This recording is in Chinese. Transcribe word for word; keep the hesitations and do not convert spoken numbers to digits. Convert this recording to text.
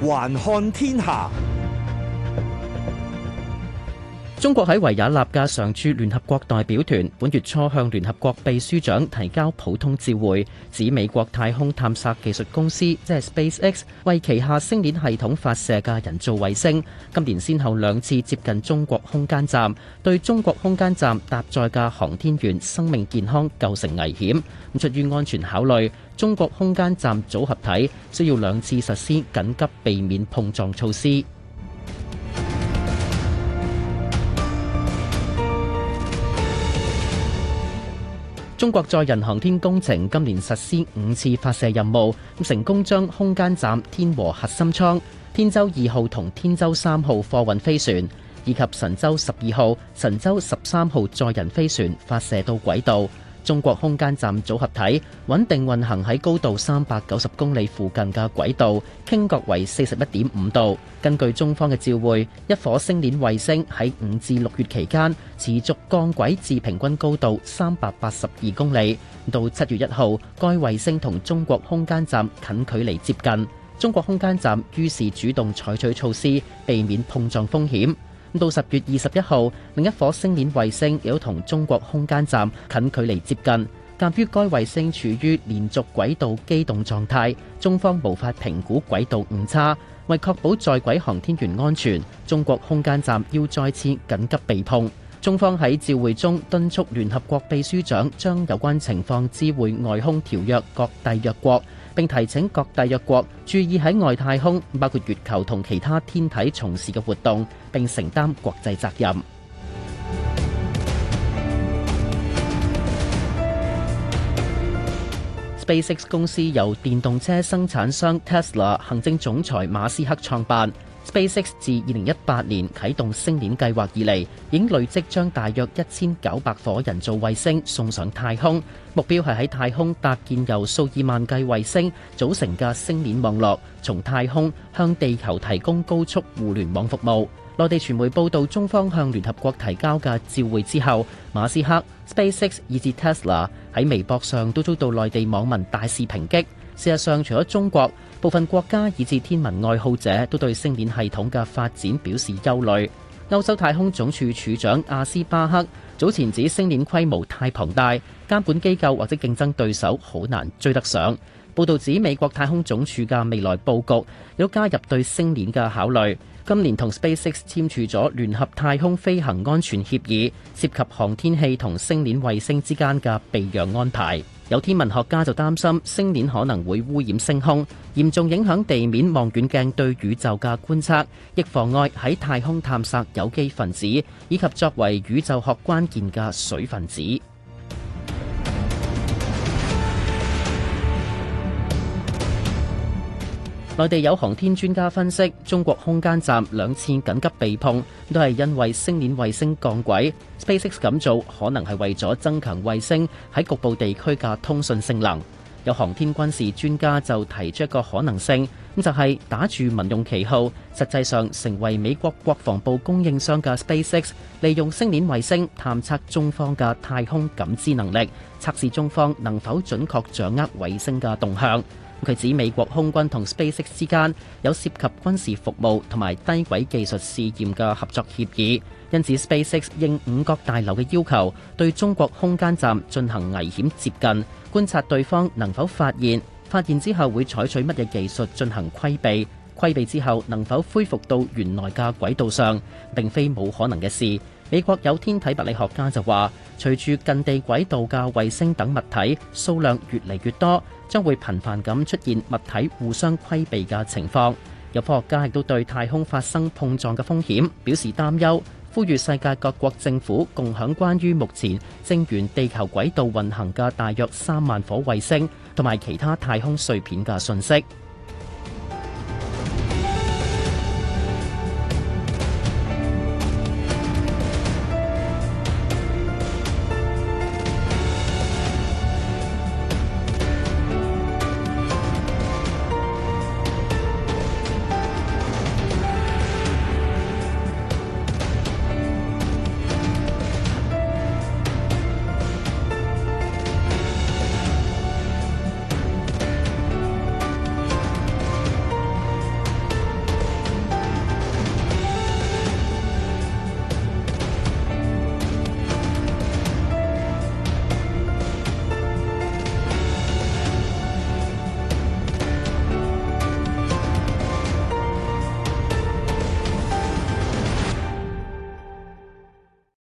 環看天下。 中國喺維也納嘅常駐聯合國代表團本月初向聯合國秘書長提交普通照會，指美國太空探索技術公司即係 SpaceX 為旗下星鏈系統發射嘅人造衛星，今年先後兩次接近中國空間站，對中國空間站搭載嘅航天員生命健康構成危險。咁出於安全考慮，中國空間站組合體需要兩次實施緊急避免碰撞措施。中國載人航天工程今年實施五次發射任務，成功將空間站天和核心艙、天舟二號同天舟三號貨運飛船以及神舟十二號、神舟十三號載人飛船發射到軌道。中國空間站組合體穩定運行喺高度三百九十公里附近嘅軌道，傾角為四十一點五度。根據中方嘅照會，一顆星鏈衛星喺五至六月期間持續降軌至平均高度三百八十二公里。到七月一號，該衛星同中國空間站近距離接近，中國空間站於是主動採取措施，避免碰撞風險。到十月二十一號，另一顆星鏈衛星亦都同中國空間站近距離接近。鑑於該衛星處於連續軌道機動狀態，中方無法評估軌道誤差。為確保在軌航天員安全，中國空間站要再次緊急避碰。中方喺照會中敦促聯合國秘書長將有關情況知會外空條約各締約國，並提請各締約國注意喺外太空，包括月球同其他天體從事嘅活動，並承擔國際責任。SpaceX 公司由電動車生產商 Tesla 行政總裁馬斯克創辦。SpaceX 自二零一八年啟動星鏈計劃以嚟，已經累積將大約一千九百顆人造衛星送上太空，目標係喺太空搭建由數以萬計衛星組成嘅星鏈網絡，從太空向地球提供高速互聯網服務。內地傳媒報道，中方向聯合國提交嘅照會之後，馬斯克、SpaceX 以至 Tesla 喺微博上都遭到內地網民大肆抨擊。事實上，除咗中國，部分國家以至天文愛好者都對星鏈系統嘅發展表示憂慮。歐洲太空總署署長阿斯巴克早前指星鏈規模太龐大，監管機構或者競爭對手好難追得上。報導指美國太空總署嘅未來佈局亦都加入對星鏈嘅考慮。今年同 SpaceX 簽署咗聯合太空飛行安全協議，涉及航天器同星鏈衛星之間嘅避讓安排。有天文學家就擔心星鏈可能會污染星空，嚴重影響地面望遠鏡對宇宙嘅觀測，亦妨礙喺太空探索有機分子，以及作為宇宙學關鍵嘅水分子。內地有航天專家分析，中國空間站兩次緊急避碰都係因為星鏈衛星降軌。SpaceX 咁做可能係為咗增強衛星喺局部地區嘅通訊性能。有航天軍事專家就提出一個可能性，咁就係打住民用旗號，實際上成為美國國防部供應商嘅 SpaceX，利用星鏈衛星探測中方嘅太空感知能力，測試中方能否準確掌握衛星嘅動向。佢指美國空軍同 SpaceX 之間有涉及軍事服務同埋低軌技術試驗嘅合作協議，因此 SpaceX 應五角大樓嘅要求，對中國空間站進行危險接近，觀察對方能否發現，發現之後會採取乜嘢技術進行規避，規避之後能否恢復到原來嘅軌道上，並非冇可能嘅事。美國有天體物理學家就話，隨住近地軌道嘅衛星等物體數量越嚟越多，將會頻繁咁出現物體互相規避嘅情況。有科學家亦都對太空發生碰撞嘅風險表示擔憂，呼籲世界各國政府共享關於目前正沿地球軌道運行嘅大約三萬顆衛星同埋其他太空碎片嘅信息。